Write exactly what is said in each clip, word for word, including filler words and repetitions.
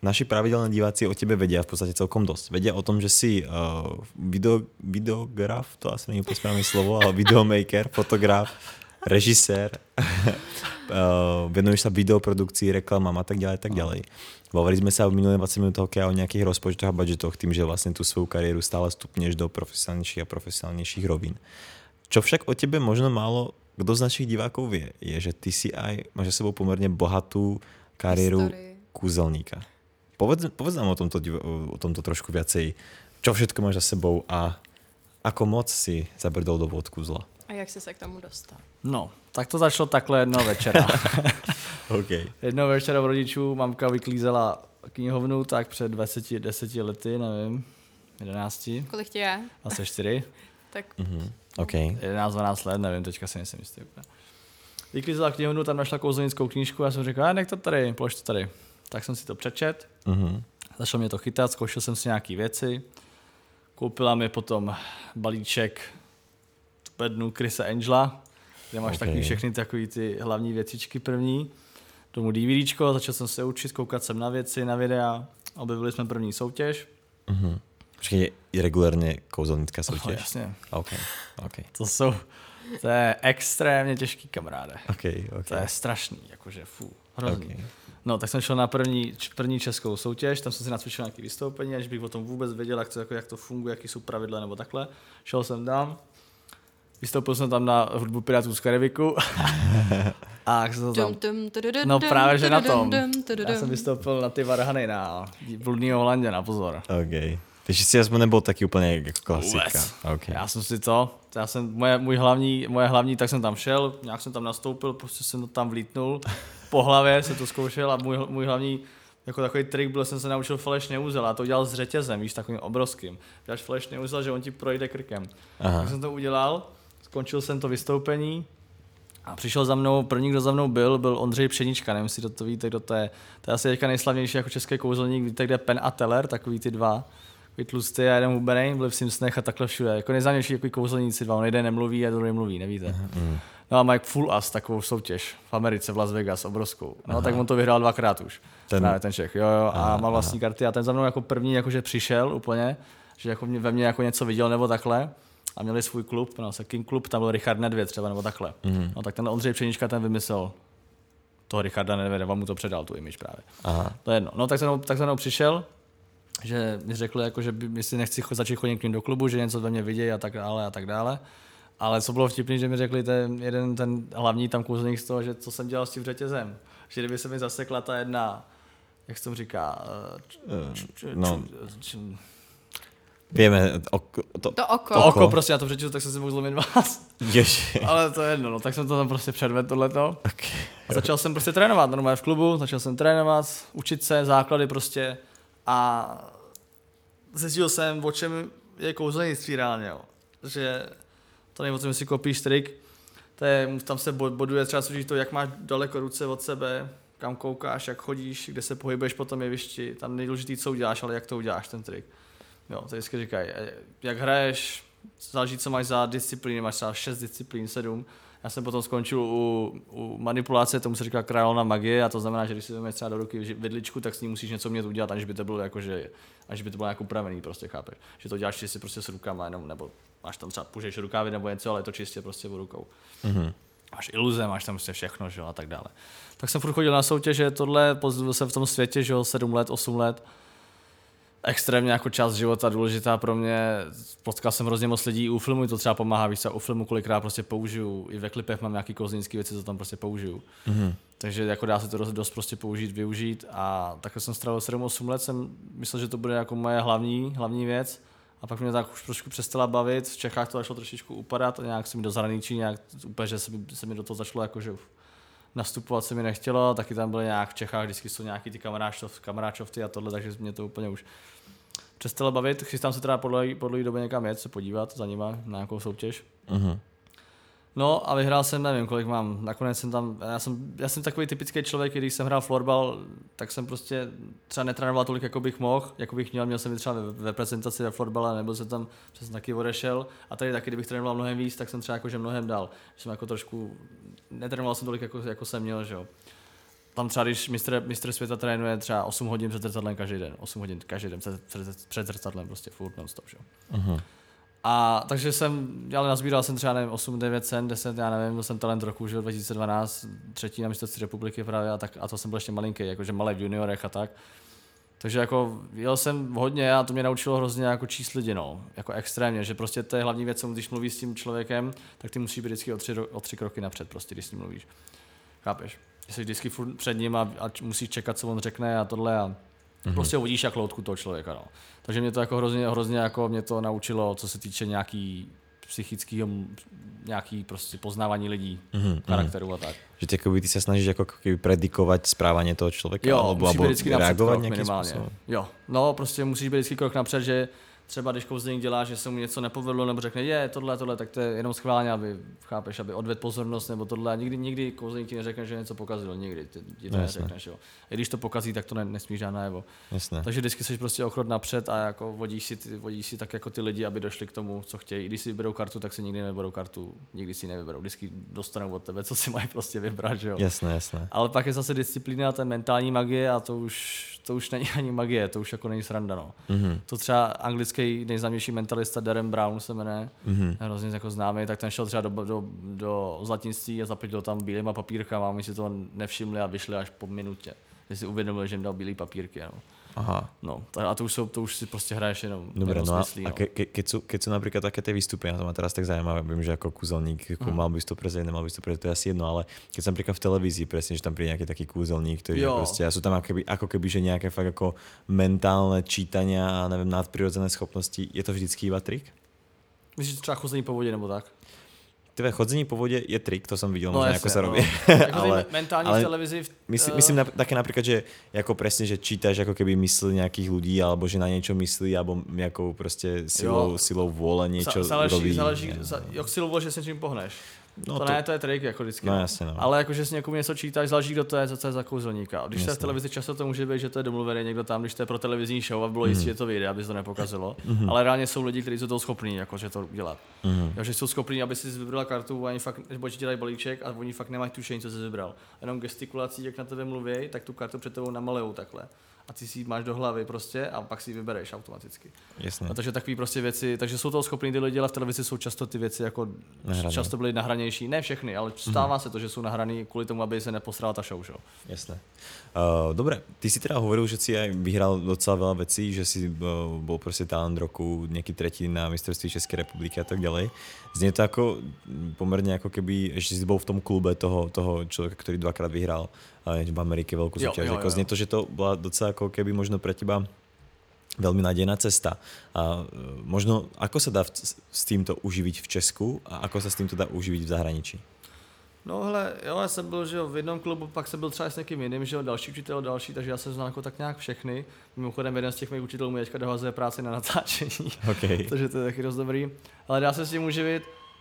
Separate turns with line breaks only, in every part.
naši pravidelní diváci o tebe vedia v podstate celkom dosť. Vedia o tom, že si uh, video, videograf, to asi není správne slovo, ale videomaker, fotograf, režisér, uh, venuješ sa videoprodukcii, reklamám a tak ďalej, tak ďalej. Bavili sme sa v minulé dvadsať minút hokeja o nejakých rozpočtoch a budžetoch, tým, že vlastne tú svoju kariéru stále stupneš do profesionálnejších a profesionálnejších rovín. Čo však o tebe možno málo kto z našich divákov vie, je, že ty si aj, máš za sebou pomerne bohatú kariéru History. Kúzelníka. Povedz, povedz nám o tomto, o tomto trošku viacej. Čo všetko máš za sebou a ako moc si zabrdol do vod kúzla?
A jak jsi se k tomu dostal?
No, tak to začalo takhle jednoho večera.
Okay.
Jednoho večera v rodičů mamka vyklízela knihovnu tak před dvaceti, deseti lety, nevím, jedenácti.
Kolik tě je?
Asi čtyři.
Tak.
Mm-hmm. Okay.
jedenáct dvanáct let, nevím, teďka si nejsem jistý úplně. Vyklízela knihovnu, tam našla kouzelnickou knížku a já jsem řekl, a nech to tady, polož to tady. Tak jsem si to přečet,
mm-hmm.
začal mě to chytat, zkoušel jsem si nějaký věci, koupila mi potom balíček bednu Chrisa Angela, kde máš
okay.
takový všechny takový ty hlavní věcičky první, tomu DVDčko, začal jsem se učit, koukat jsem na věci, na videa, objevili jsme první soutěž.
Mm-hmm. Počkej, je regulérně kouzelnická soutěž?
Oh, jasně.
Okay. Okay.
To jsou, to je extrémně těžký, kamaráde.
Okay, okay.
To je strašný, jakože fů, hrozný.
Okay.
No, tak jsem šel na první, první českou soutěž, tam jsem si nacvičil nějaké vystoupení, až bych o tom vůbec věděl, jak to, jako, jak to funguje, jaký jsou pravidla nebo takhle. Šel jsem tam, vystoupil jsem tam na hudbu Pirátů z Karibiku. A jak jsem tam... No právě, že na tom. Já jsem vystoupil na ty varhany na Bludnýho Holanděna, pozor.
Okay. Takže si aspoň nebyl taky úplně jako klasika.
Okay. Já jsem si to, já jsem, moje, můj hlavní, moje hlavní, tak jsem tam šel, nějak jsem tam nastoupil, prostě jsem to tam vlítnul, po hlavě jsem to zkoušel a můj, můj hlavní jako takový trik byl, jsem se naučil falešný úzel a to udělal s řetězem, víš, takovým obrovským. Děláš falešný úzel, že on ti projde krkem. Aha. Tak jsem to udělal, skončil jsem to vystoupení a přišel za mnou, první, kdo za mnou byl, byl Ondřej Pšenička, nevím, jestli to víte, kdo to je. To je asi teďka nejslavnější jako český kouzelník, víte, kde Penn a Teller, takový ty dva. Tlustý a jeden hubenej, byli v Simpsonech a takhle všude. Jako nejznámější jako kouzelníci dva, on jeden nemluví a druhý mluví, nevíte. Mm. No a Mike Full Us, takovou soutěž v Americe, v Las Vegas, obrovskou. No aha. Tak on to vyhrál dvakrát už. Ten, Právě ten Čech, jo, jo, aha, a má vlastní aha. karty a ten za mnou jako první jakože přišel úplně, že jako mě, ve mně jako něco viděl nebo takhle. A měli svůj klub, no, King Club, tam byl Richard Nedvěd třeba nebo takhle. Mm. No tak ten Ondřej Pšenička ten vymyslel toho Richarda Nedvěda, vám mu to předal, tu image právě. Aha. To je jedno. No tak za mnou, tak za mnou přišel, že mi řekli, jako, že by, jestli nechci začít chodit k ním do klubu, že něco ve mně vidějí a tak dále a tak dále. Ale co bylo vtipný, že mi řekli ten jeden ten hlavní tam kouzelník z toho, že co jsem dělal s tím řetězem. Že kdyby se mi zasekla ta jedna, jak se tomu říká, č, č, no. č, č,
Víme, oko, to,
to oko.
To oko prostě, já to řetězu, tak jsem si mohl zlomit vás.
Ježi.
Ale to je jedno, no, tak jsem to tam prostě předvedl tohleto.
Okay.
A začal jsem prostě trénovat, normálně v klubu, začal jsem trénovat, učit se, základy prostě. A zjistil jsem, o čem je kouzelnictví reálně, jo. Že to není o tom, jestli kopíš trik, to je, tam se boduje třeba to, jak máš daleko ruce od sebe, kam koukáš, jak chodíš, kde se pohybuješ po tom jevišti, tam nejdůležitý, co uděláš, ale jak to uděláš, ten trik. Jo, to vždycky říkají, jak hraješ, záleží, co máš za disciplíny, máš třeba šest disciplín, sedm. Já jsem potom skončil u, u manipulace, tomu se říká královna magie, a to znamená, že když si vezmeš třeba do ruky vidličku, tak s ní musíš něco umět udělat, aniž by to bylo jako, že, aniž by to bylo nějak upravený, prostě chápeš. Že to děláš čistě prostě s rukama, jenom, nebo máš tam třeba pužeš rukávy nebo něco, ale je to čistě prostě v rukou. Mm-hmm. Máš iluze, máš tam prostě všechno, že jo, a tak dále. Tak jsem furt chodil na soutěže, tohle, později jsem v tom světě, že jo, sedm let, osm let. Extrémně jako část života důležitá pro mě. Potkal jsem hrozně moc lidí, u filmu to třeba pomáhá, víš co, u filmu kolikrát prostě použiju, i ve klipech mám nějaký kouzelnické věci, co tam prostě použiju. Mm-hmm. Takže jako dá se to dost, dost prostě použít, využít a takhle jsem strávil sedm osm let, jsem myslel, že to bude jako moje hlavní, hlavní věc a pak mě tak už trošku přestala bavit, v Čechách to začalo trošičku upadat a nějak se mi do zahraničí, nějak úplně, že se mi, se mi do toho začalo jako, že nastupovat se mi nechtělo, taky tam byly nějak v Čechách, vždycky jsou nějaký ty kamaráčovty a tohle, takže mě to úplně už přestalo bavit. Chystám se teda podle, podle doby někam jet, se podívat za nima na nějakou soutěž. Uh-huh. No a vyhrál jsem, nevím, kolik mám. Nakonec jsem tam, já jsem, já jsem takový typický člověk, když jsem hrál florbal, tak jsem prostě třeba netrénoval tolik, jako bych mohl, jako bych měl. Měl jsem třeba ve, ve prezentaci ve florbale, nebyl jsem tam, jsem taky odešel. A tady taky, kdybych trénoval mnohem víc, tak jsem třeba jakože mnohem dal. Jsem jako trošku, netrénoval jsem tolik, jako, jako jsem měl, že jo. tam třeba, když mistr, mistr světa trénuje třeba osm hodin před zrcadlem každý den, osm hodin každý den před, před, před zrcadlem, prostě furt non-stop, že? Uh-huh. A takže jsem, ale nazbíral jsem třeba, nevím, osm, devět cen, deset, já nevím, byl jsem talent roku, že dva tisíce dvanáct, třetí na mistrovství republiky právě a, tak, a to jsem byl ještě malinký, jakože malý v juniorech a tak. Takže jako jel jsem hodně a to mě naučilo hrozně jako číst lidi, no, jako extrémně, že prostě to je hlavní věc, když mluvíš s tím člověkem, tak ty musíš být vždycky o tři, o tři kroky napřed, prostě, když s ním mluvíš. Chápeš? Jsi vždycky furt před ním a, a musíš čekat, co on řekne a tohle a mm-hmm. prostě uvidíš jak loutku toho člověka, no. Takže mě to jako hrozně, hrozně jako mě to naučilo, co se týče nějaký psychického, nějaký prostě poznávání lidí, mm-hmm. charakteru a tak.
Že ty, ty se snažíš jako predikovat správání toho člověka,
jo,
alebo,
musíš být vždycky
reagovat
nějakým způsobem. Jo, no prostě musíš být vždycky krok napřed, že třeba když kouzelník dělá, že se mu něco nepovedlo, nebo řekne, je tohle, tohle, tak to je jenom schválně, aby, chápeš, aby odvedl pozornost, nebo tohle. A nikdy, nikdy kouzelník ti neřekne, že něco pokazil, nikdy ty, ti to no, neřekneš, jo. I když to pokazí, tak to ne, nesmíš žádná najevo. Takže vždycky jsi prostě o krok napřed a jako vodíš si, ty, vodíš si tak jako ty lidi, aby došli k tomu, co chtějí. I když si vyberou kartu, tak si nikdy nevyberou kartu, nikdy si nevyberou. Vždycky dostanou od tebe, co si mají prostě vybrat, jo.
Jasné, jasné.
Ale pak je zase disciplína, ten mentální magie a to už, to už není ani magie, to už jako není sranda, no. Mm-hmm. To třeba anglický nejznámější mentalista Darren Brown se jmenuje, mm-hmm. hrozně jako známý, tak ten šel třeba do, do, do zlatinství a zaplatil tam bílýma papírkama a my si to nevšimli a vyšli až po minutě. Že si uvědomili, že jim dal bílý papírky. No. Aha. No, a to už, jsou, to už si prostě hraješ jenom.
Dobre, no
smyslí,
a,
no.
a ke, ke, keď, sú, keď sú napríklad také tie výstupy, na to ma teraz tak zaujímavé, viem, že ako kúzelník, ako mal by to prezrieť, nemal by to prezrieť, to je asi jedno, ale keď som napríklad v televízii, presne, že tam príde nejaký taký kúzelník, ktorý je proste, a sú tam ako keby, ako keby, že nejaké fakt ako mentálne čítania a neviem, nadprirodzené schopnosti, je to vždycky iba trik?
Myslíš třeba chození po vodě nebo tak?
Tvé chodzení po vodě je trik, to som videl, no, možno ako sa robí.
No. ale, mentální ale v televizi... V,
myslím, uh... myslím na, také napríklad, že ako presne, že čítaš ako keby mysli nejakých ľudí, alebo že na niečo myslí, alebo nejakou proste silou, silou vôle niečo
záleží,
robí.
Záleží, záleží, jak silou vôle, že se čím pohneš. No to, to ne, to je trik, jako vždycky.
No, jasně, no.
Ale jakože si někomu něco čítáš, záleží, kdo to je, co to je za kouzelníka. Když to je v televizi, často to může být, že to je domluvený někdo tam, když to je pro televizní show a bylo mm. jistě, že to vyjde, aby se to nepokazilo. Mm. Ale reálně jsou lidi, kteří jsou toho schopní, jakože to udělat. Mm. Takže jsou schopní, aby si vybrala kartu a oni fakt, nebo ti dělají balíček a oni fakt nemají tušení, co jsi vybral. Jenom gestikulací, jak na tebe mluví, tak tu kartu před tebou namalujou takhle. A ty si ji máš do hlavy prostě a pak si ji vybereš automaticky.
Jasně.
A takže takový prostě věci, takže jsou toho schopní ty lidi, ale v televizi jsou často ty věci jako nahraný. Často byly nahranější, ne všechny, ale stává mm-hmm. se to, že jsou nahraný kvůli tomu, aby se nepostrala ta show, že?
Jasné. Uh, dobre, ty si teda hovoril, že si aj vyhral docela veľa vecí, že si uh, bol proste talent roku, nejaký tretí na mistrovství Českej republiky a tak ďalej. Znie to ako pomerne ako keby, ešte si bol v tom klube toho, toho človeka, ktorý dvakrát vyhral uh, v Amerike veľkú súťaž. Ako znie to, že to bola docela ako keby možno pre teba veľmi nádejná cesta. A uh, možno ako sa dá v, s týmto uživiť v Česku a ako sa s týmto dá uživiť v zahraničí?
No hele, jo, já jsem byl že jo, v jednom klubu, pak jsem byl třeba s někým jiným, že jo, další učitel, další, takže já jsem znal jako tak nějak všechny. Mimochodem jeden z těch mých učitelů mi teďka dohazuje práci na natáčení, okay. Takže to je taky dost dobrý. Ale dá se s tím uživit,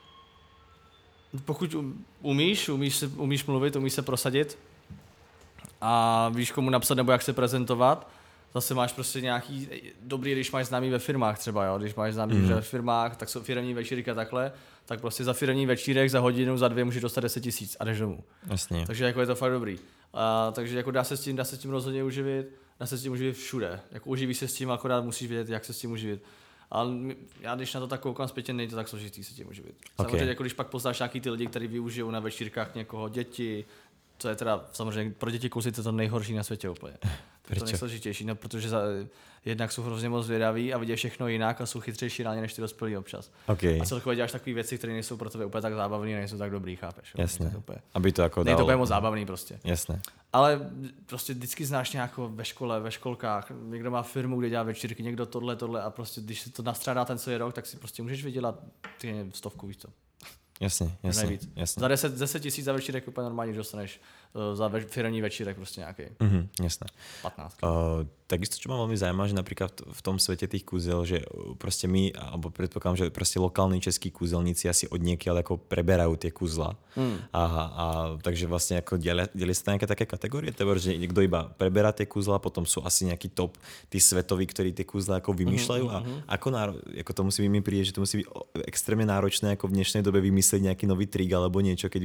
pokud umíš, umíš, se, umíš mluvit, umíš se prosadit a víš komu napsat nebo jak se prezentovat. Zase máš prostě nějaký dobrý, když máš známý ve firmách třeba, jo, když máš známý mm. ve firmách, tak jsou firemní večírky a takhle, tak prostě za firemní večírek za hodinu, za dvě můžeš dostat deset tisíc a jdeš domů.
Jasně.
Takže jako je to fakt dobrý. A, takže jako dá se s tím, dá se s tím rozhodně uživit, dá se s tím uživit všude. Jako uživíš se s tím, akorát musíš vědět, jak se s tím uživit. Ale já když na to tak koukám zpětně, není to tak složitý se tím uživit. Okay. Samozřejmě jako když pak poznáš nějaký ty lidi, kteří využijou na večírkách někoho, děti, to je teda samozřejmě pro děti kouzlit je to nejhorší na světě úplně. Je to nejsložitější, no, protože za, jednak jsou hrozně moc zvědaví a vidí všechno jinak a jsou chytřejší ráně než ty dospělí občas. Okay. A celkově děláš takové věci, které nejsou pro tebe úplně tak zábavné a nejsou tak dobrý, chápeš?
Jasně.
To úplně,
aby to jako
není to úplně moc zábavný prostě.
Jasně.
Ale prostě vždycky znáš nějakou ve škole, ve školkách, někdo má firmu, kde dělá večírky, někdo tohle, tohle a prostě když si to nastřádá ten celý rok, tak si prostě můžeš vydělat ty stovku, víš co.
Jasně, jasně, jasně.
Za deset, deset tisíc za večírek úplně normálně dostaneš uh, za ve, firemní večírek prostě nějaký.
Mm-hmm, jasné.
patnáct.
Uh, takisto, čo ma veľmi zaujíma, že napríklad v tom svete tých kúzel, že proste my, alebo predpokladám, že proste lokálni českí kúzelníci asi od niekiaľ ako preberajú tie kúzla. Mm. A, a takže vlastne ako delia, delia sa nejaké také kategórie, teda, že niekto iba preberá tie kúzla, potom sú asi nejaký top, tí svetoví, ktorí tie kúzla ako vymýšľajú mm-hmm. a ako, náro, ako to musí mi príde, že to musí byť extrémne náročné ako v dnešnej dobe vymyslieť nejaký nový trik alebo niečo, keď už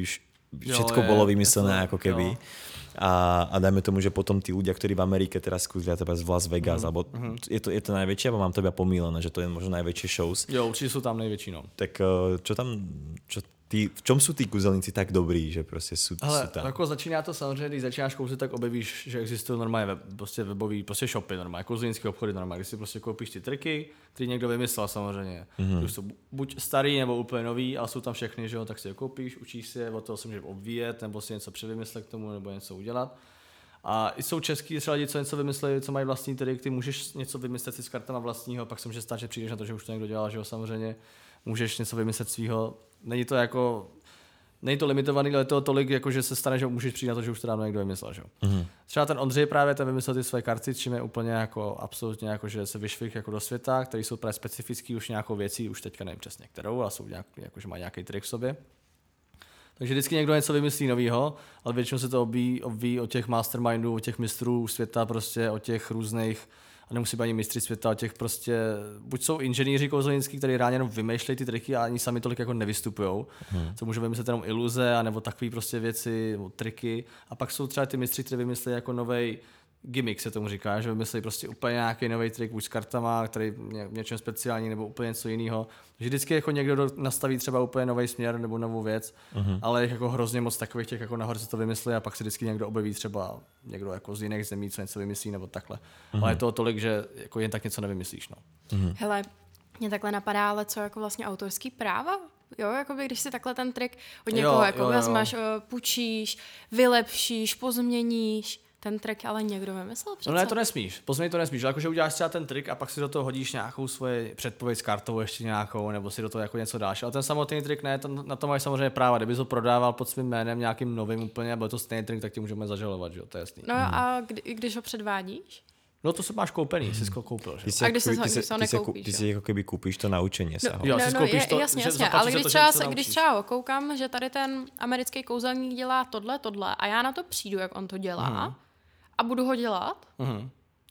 všetko
jo,
bolo
je,
vymyslené
je to,
ako keby.
Jo.
A, a dajme tomu, že potom tí ľudia, ktorí v Amerike teraz skúzlia teda z Las Vegas, mm, alebo
mm.
je to, je to najväčšie, alebo mám to iba pomílené, že to je možno najväčšie shows.
Jo, určitě jsou tam největší, no.
Tak čo tam, čo tí, v čom sú tí kúzelníci tak dobrí, že prostě sú,
Hele,
sú tam?
jako začíná to samozřejmě, když začínáš kouřit, tak objevíš, že existují normálně web, prostě webový, prostě shopy normálně, kouzelnické obchody normálně, když si prostě koupíš ty triky, který někdo vymyslel samozřejmě. Mm-hmm. Už jsou buď starý nebo úplně nový, ale jsou tam všechny, že jo, tak si je koupíš, učíš si je, od toho si můžeš obvíjet, nebo si něco převymyslet k tomu, nebo něco udělat. A jsou český třeba lidi, co něco vymysleli, co mají vlastní trik, ty můžeš něco vymyslet si s kartama vlastního, pak se může stát, že přijdeš na to, že už to někdo dělal, že jo, samozřejmě. Můžeš něco vymyslet svýho. Není to jako, není to limitovaný, ale je to tolik, jako že se stane, že můžeš přijít na to, že už to dávno někdo vymyslel, že jo. Mm-hmm. Třeba ten Ondřej právě ten vymyslel ty své karty, čím je úplně jako absolutně jako, že se vyšvih jako do světa, který jsou právě specifický už nějakou věcí, už teďka nevím přesně kterou, ale jsou nějak, jako, že má nějaký trik v sobě. Takže vždycky někdo něco vymyslí novýho, ale většinou se to obví, obví od těch mastermindů, od těch mistrů světa, prostě od těch různých, a nemusí být ani mistři světa, od těch prostě, buď jsou inženýři kouzelnický, kteří ráně jenom vymýšlejí ty triky a ani sami tolik jako nevystupujou, hmm. co může vymyslet jenom iluze, anebo takové prostě věci, triky. A pak jsou třeba ty mistři, kteří vymyslí jako novej gimmick, se tomu říká, že vymyslí prostě úplně nějaký nový trik, buď s kartama, který je něčem speciální, nebo úplně něco jiného. Že vždycky jako někdo nastaví třeba úplně nový směr nebo novou věc, uh-huh. ale jako hrozně moc takových těch jako nahoře se to vymyslí a pak se vždycky někdo objeví třeba někdo jako z jiných zemí, co něco vymyslí nebo takhle. Uh-huh. Ale je to tolik, že jako jen tak něco nevymyslíš. No.
Uh-huh. Hele, mě takhle napadá, ale co jako vlastně autorský práva? Jo, jakoby když si takhle ten trik od někoho jo, jako jo, vezmeš, jo. půjčíš, vylepšíš, pozměníš, ten trik ale někdo vymyslel přece.
No ne, to nesmíš, pozměnit to nesmíš, jakože uděláš třeba ten trik a pak si do toho hodíš nějakou svoji předpověď s kartou ještě nějakou, nebo si do toho jako něco dáš, ale ten samotný trik ne, to, na to máš samozřejmě práva, kdyby to prodával pod svým jménem nějakým novým úplně, byl to stejný trik, tak ti můžeme zažalovat, že jo, to je jasný.
No a kdy, když ho předvádíš?
No to se máš koupený, hmm. jsi ho koupil, že?
A když se ho
nekoupíš, ty si jako keby koupíš to naučení se ho.
Jo,
no,
si
no,
koupíš
je,
to,
jasně,
že
jasně, ale když, to, třeba, se, když třeba koukám, že tady ten americký kouzelník dělá tohle, tohle a já na to přijdu, jak on to dělá, hmm. a budu ho dělat?
Mm-hmm.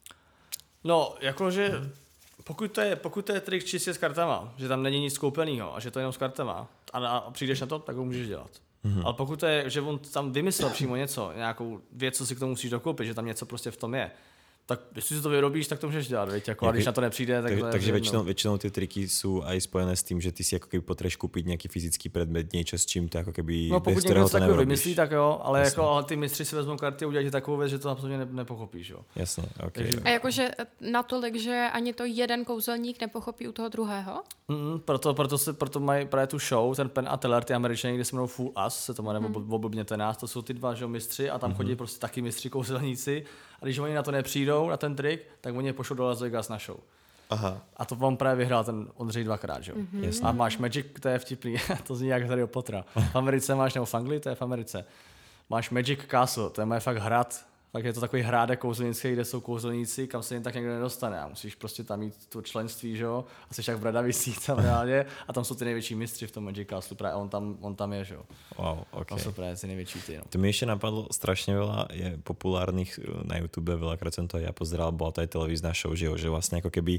No, jakože pokud to je, pokud to je trik čistě s kartama, že tam není nic koupenýho a že to je jenom s kartama a, a přijdeš na to, tak ho můžeš dělat. Mm-hmm. Ale pokud to je, že on tam vymyslel přímo něco, nějakou věc, co si k tomu musíš dokoupit, že tam něco prostě v tom je, tak jestli si to vyrobíš, tak to můžeš dělat, veď? Jako, a když na to nepřijde, tak...
tak takže väčšinou, väčšinou tie triky sú aj spojené s tým, že ty si ako keby potrebuješ kúpiť nejaký fyzický predmet, niečo s čím to ako keby...
No pokud někdo takový vymyslí, tak jo, ale, jako, ale ty mistři si vezmou karty a udělají ti takovou věc, že to absolutně ne, nepochopíš, jo.
Jasně, ok.
Takže... A jakože natolik, že ani to jeden kouzelník nepochopí u toho druhého?
Mm, proto, proto, se, proto mají právě tu show, ten Penn a Teller, ty Američané, kde se jmenují Fool Us, se to jmenuje, nebo hmm. oblbněte nás, to jsou ty dva, že, mistři a tam mm-hmm. chodí prostě taky mistři kouzelníci a když oni na to nepřijdou, na ten trik, tak oni je pošlou do Las Vegas na show. Aha. A to vám právě vyhrál ten Ondřej dvakrát, že jo. Mm-hmm. A máš Magic, to je vtipný, to zní jak Harryho Pottera. V Americe máš, nebo v Anglii, to je v Americe. Máš Magic Castle, to je moje fakt hrad, tak je to takový hrádek kouzelnický, kde jsou kouzelníci, kam se jen tak někdo nedostane. A musíš prostě tam mít to členství, že jo, a jsi tak v Bradavisích tam reálně, a tam jsou ty největší mistři v tom Magic Castle, právě on tam, on tam je, že jo.
Wow, ok.
Tam jsou právě ty největší ty, no.
To mi ještě napadlo strašně veľa, je populárnych na YouTube, veľakrát som to aj ja pozeral, bola to aj televízna show, že jo, že vlastne ako keby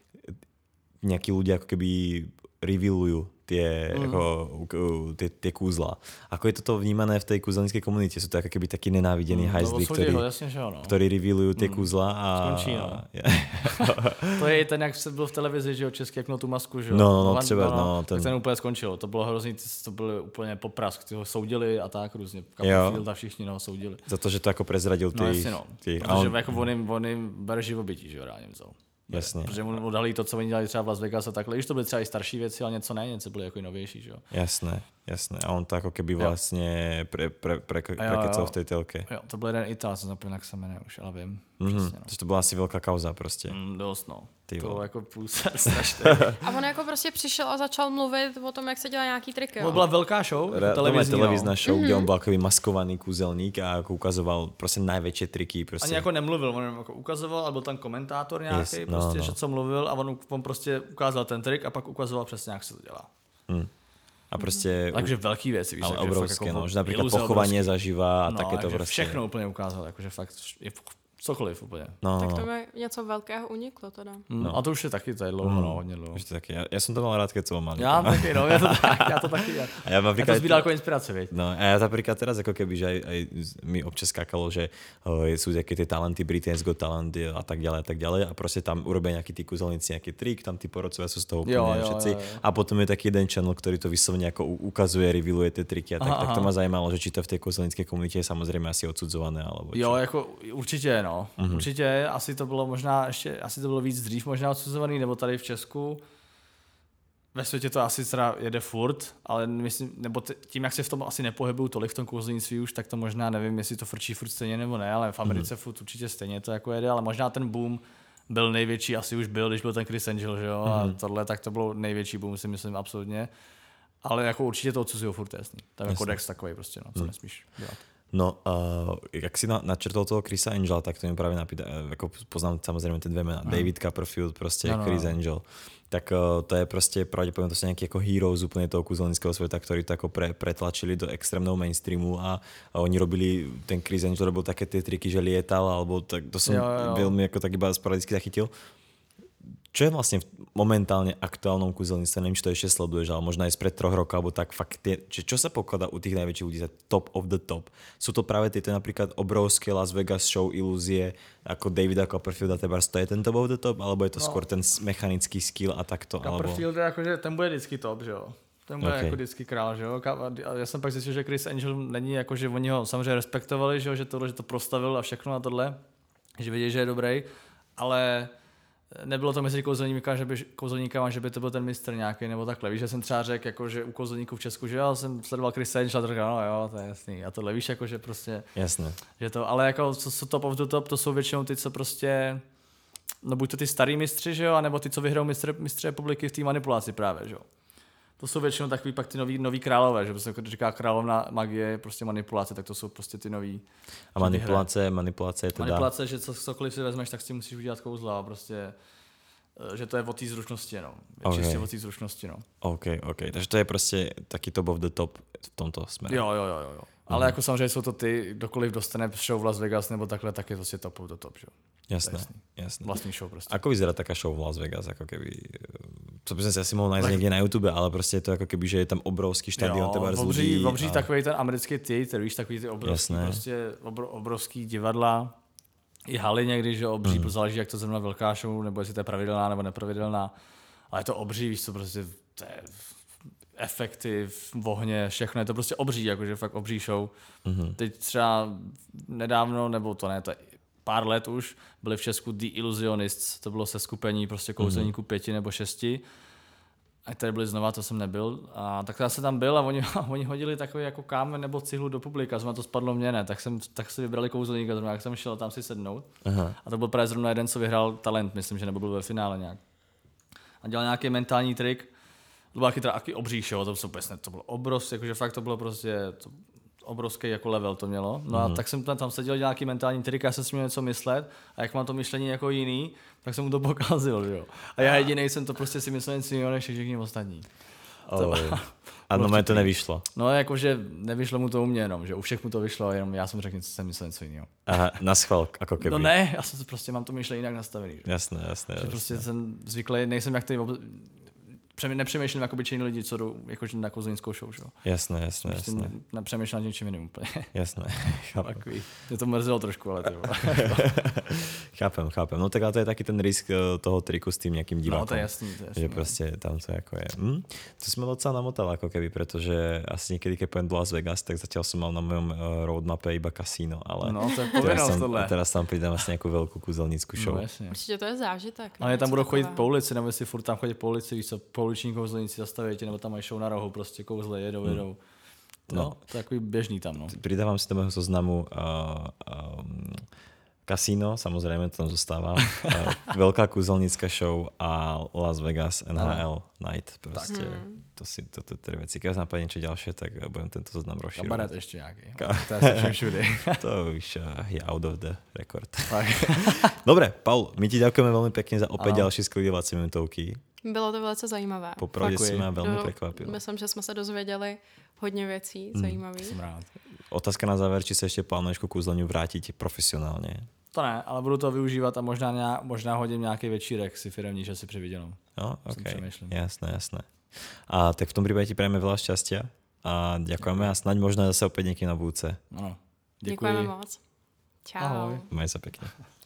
nejakí ľudia ako keby revealujú tie, mm. ako, tie, tie kúzla. Ako je toto vnímané v tej kúzelníckej komunite? Sú to ako keby takí nenávidení mm, hajzli, ktorí,
ho, jasně, že no.
ktorí revealujú tie mm. kúzla a...
Skončí, no. To je ten, jak byl v televizi, že jo, český, jak měl tu masku, že jo.
No, no, no, třeba, no, no
ten... Tak ten úplně skončil. To bylo hrozný, to byl úplně poprask, ty ho soudili a tak různě. Copperfield a všichni ho soudili.
Za to, že to jako prezradil ty...
No jasně, no.
Ty,
protože
on...
jako on jim, on jim bere živobytí, že jo, ráně vzal.
Jasně.
Protože mu odhalí to, co oni dělali třeba v Las Vegas a takhle. Když to byly třeba i starší věci, ale něco ne, něco byly jako i novější, že jo.
Jasné, jasné. A on to jako keby vlastně pre, pre, pre, pre, prekecal v té telke.
Jo, to byl jeden Ital, jsem zapomněl, jak se jmenuje už, ale vím.
Mm-hmm.
Přesně, no.
To byla asi velká kauza prostě.
Mm, dost, no.
Ty
to
vole.
jako půlser strašně.
A on jako prostě přišel a začal mluvit o tom, jak se dělá nějaký trik, jo.
To byla velká show,
Re,
televizní,
televizná show,
mm-hmm.
kde on byl takový maskovaný kúzelník a jako ukazoval prostě největší triky. Prostě.
Ani jako nemluvil, on jako ukazoval, ale byl tam komentátor nějaký,
yes, no,
prostě,
no.
že co mluvil a on, on prostě ukázal ten trik a pak ukazoval přesně, jak se to dělá.
Hmm. A prostě...
Takže velký věci, víš,
ale
že
obrovské,
jako
no, že například pochování zaživa a
no,
také to prostě...
všechno úplně ukázal, jakože fakt je cokoliv úplně.
No,
tak
no,
to
no.
mi něco velkého uniklo teda.
Mm,
No.
A to už je taky, to je dlouho,
Mm.
no, hodně dlouho.
Už to taky, já, já jsem to mal rád, keď som mal malý.
Já taky, no, já to, tak, já to taky. Já,
A ja
já
napríklad...
to zbíral jako inspirace, viď?
No a ja napríklad teraz ako keby, že aj, aj mi občas skákalo, že uh, sú také tie talenty, Britain's Got Talent a tak ďalej a tak ďalej a proste tam urobia nejaký tí kúzelníci, nejaký trik, tam tí porodcovia sú z toho úplne
Jo, jo,
všetci.
jo, jo.
A potom je taký jeden channel, ktorý to vyslovene ako u- ukazuje, revealuje tie triky a tak,
Aha,
tak to
aha.
ma zajímalo, že či to v tej kúzelníckej komunite je samozrejme asi odsudzované alebo čo.
Jo, jako určitě, no.
Mhm.
Mm-hmm. Určitě, asi to bylo možná ještě, asi to bylo víc dřív možná odsuzovaný, nebo tady v Česku. Ve světě to asi teda jede furt, ale myslím, nebo t- tím, jak se v tom asi nepohybuju tolik v tom kouzelnictví už, tak to možná nevím, jestli to frčí furt stejně nebo ne, ale v Americe mm-hmm. furt určitě stejně to jako jede, ale možná ten boom byl největší, asi už byl, když byl ten Chris Angel, že jo, mm-hmm. a tohle, tak to bylo největší boom, si myslím, absolutně. Ale jako určitě to odsuzují furt, jasný. Tam je
Jasný.
kodex takový prostě, no, co mm. nesmíš dělat.
No, uh, jak si na, načrtol toho Chrisa Angela, tak to mi práve napída, ako poznám samozrejme tie dve mená,
Mm.
David Copperfield, proste
No, no,
Chris
no.
Angel. Tak uh, to je proste pravdepodobne to sú nejakí ako heroes úplne toho kúzelnického sveta, ktorí to ako pre, pretlačili do extrémneho mainstreamu a, a oni robili, ten Chris Angel robil také tie triky, že lietal, alebo tak, to som
Jo, jo.
veľmi ako tak iba sporadicky zachytil. Čo je vlastne v momentálne aktuálnom kúzelníctve, neviem, či to ešte sleduješ, ale možno aj spred troch rokov, alebo tak fakt, tie, či, čo sa pokladá u tých najväčších ľudí za top of the top? Sú to práve tieto napríklad obrovské Las Vegas show ilúzie, ako Davida Copperfielda, teba to je ten top of the top, alebo je to no. skôr ten mechanický skill a takto?
Copperfield je jakože, ten bude vždycky top, že jo. Ten bude
Okay.
jako vždycky král, že jo. A já jsem pak zjistil, že Chris Angel není jako, že oni ho samozřejmě respektovali, že jo, že tohle, že to prostavil a všechno a tohle, že vědí, že je dobrý, ale nebylo to mezi kouzelníka, že by, kouzelníkama, že by to byl ten mistr nějaký nebo takhle. Víš, že jsem třeba řekl, jako, že u kouzelníků v Česku, že já jsem sledoval Chris Angel a to říkal, no jo, to je jasný. A tohle víš, jako, že prostě...
Jasné.
Že to, ale jako, co jsou top of the top, to jsou většinou ty, co prostě... No buď to ty starý mistři, že jo, anebo ty, co vyhrajou mistře, mistře republiky v té manipulaci právě, že jo. To jsou většinou takový pak ty noví, noví králové, že prostě říká královna magie, prostě manipulace, tak to jsou prostě ty noví.
A manipulace, manipulace je teda...
Manipulace, že co, cokoliv si vezmeš, tak si musíš udělat kouzla a prostě, že to je o té zručnosti, no. Je
Okay.
čistě o té zručnosti, no.
OK, OK. Takže to je prostě taký top of the top v tomto směru.
Jo, jo, jo, jo. jo. Ale jako samozřejmě jsou to ty, kdokoliv dostane show v Las Vegas nebo takhle, tak je to prostě top of the top, že jo.
Jasné,
jasný.
jasné.
Vlastní show prostě.
Ako vyzerá taká show v Las Vegas, ako keby... To by som si asi mohol nájsť niekde na YouTube, ale proste je to ako keby, že je tam obrovský štadión, teba z
obří,
ľudí.
obří
a...
takový ten americký theater, víš, takový ty obrovský,
Jasné.
prostě obro, obrovský divadla, i haly někdy, že obří, mm. záleží, jak to zrovna velká show, nebo jestli to je pravidelná nebo nepravidelná, ale je to obří, víš co, prostě to je efekty v ohně, všechno, je to prostě obří, jakože fakt obří show. Mm-hmm. Teď třeba nedávno, nebo to ne, to je pár let už, byli v Česku The Illusionists, to bylo seskupení prostě kouzelníků mm-hmm. pěti nebo šesti. A tady byli znova, to jsem nebyl. A tak já jsem tam byl a oni, oni hodili takový jako kámen nebo cihlu do publika, zrovna to spadlo mě, ne, tak, jsem, tak si vybrali kouzelníka, zrovna jak jsem šel tam si sednout. Aha. A to byl právě zrovna jeden, co vyhrál talent, myslím, že nebo byl ve finále nějak. A dělal nějaký mentální trik, to byl taky teda taky obří show, to, bylo, to bylo obrovské, jakože fakt to bylo prostě to, obrovský jako level to mělo. No mm-hmm. a tak jsem tam, tam seděl nějaký mentální trik, já jsem si měl něco myslet a jak mám to myšlení jako jiný, tak jsem mu to pokazil, že jo. A já jedinej jsem to prostě si myslel něco jiného než všichni ostatní.
Oh. A no mě to nevyšlo.
No jakože nevyšlo mu to u mě jenom, že u všech mu to vyšlo, jenom já jsem řekl něco, jsem myslel něco jiného.
Aha, na schvál, jako keby.
No ne, já jsem prostě mám to myšlení jinak nastavený. Že?
Jasné, jasné.
Že
jasné.
prostě jsem zvyklý, nejsem jak ty nepřemýšlím jako obyčejní lidi, co jdou jakože na kouzelnickou show, že?
Jasné, jasné,
prostě
jasné.
Nepřemýšlím nad něčím jiným úplně.
Jasné, chápem.
Takový. Mě to mrzelo trošku, ale ty
chápem, chápem. No tak ale to je taky ten risk toho triku s tým nejakým divákom.
No to je jasný, to je jasný.
Že prostě tam to jako je. Hm? To sme docela namotal ako keby, pretože asi niekedy, keď pojem do Las Vegas, tak zatiaľ som mal na mojom roadmape iba kasíno, ale
no, to je
teraz, tam,
tohle.
teraz tam pridám asi nejakú veľkú kúzelnickú show.
No, jasně.
Určitě to je zážitek.
Ale tam budou chodit po ulici, nebo jestli furt tam chodit po ulici, víš co, pouliční kouzelníci zastaví tě, nebo tam mají show na rohu, prostě kouzle, jedou, jedou. Hmm. No, no, to je takový běžný tam, no.
Pridávam si do mého zoznamu uh, um, kasíno, samozrejme, to tam zostáva. Uh, veľká kúzelnícka show a Las Vegas en há el Night. Proste, hmm. to si, to, to, to, to veci. Keď napadne niečo ďalšie, tak budem tento zoznam rozširovať.
Kabaret ešte nejaký. Ka- to je sa všude.
To už uh, je out of the record. Dobre, Paul, my ti ďakujeme veľmi pekne za opäť ano. ďalší sklidovací minutovky.
Bylo to velice zajímavé.
Popravdě si mě velmi
no,
překvapilo.
Myslím, že jsme se dozvěděli hodně věcí hmm. zajímavých.
Jsem rád.
Otázka na záver, či se ještě plánuješ ku kúzleniu vrátiť profesionálně?
To ne, ale budu to využívat a možná, nějak, možná hodím nějaký večírek si firemní, že si přivydělám.
No, ok, jasné, jasné. A tak v tom prípade ti prajeme veľa šťastia a ďakujeme a snaď možno zase opäť niekým na budúce.
Ano,
děkuji. Děkujeme moc. Čau.
Ahoj.
Maj sa pekne.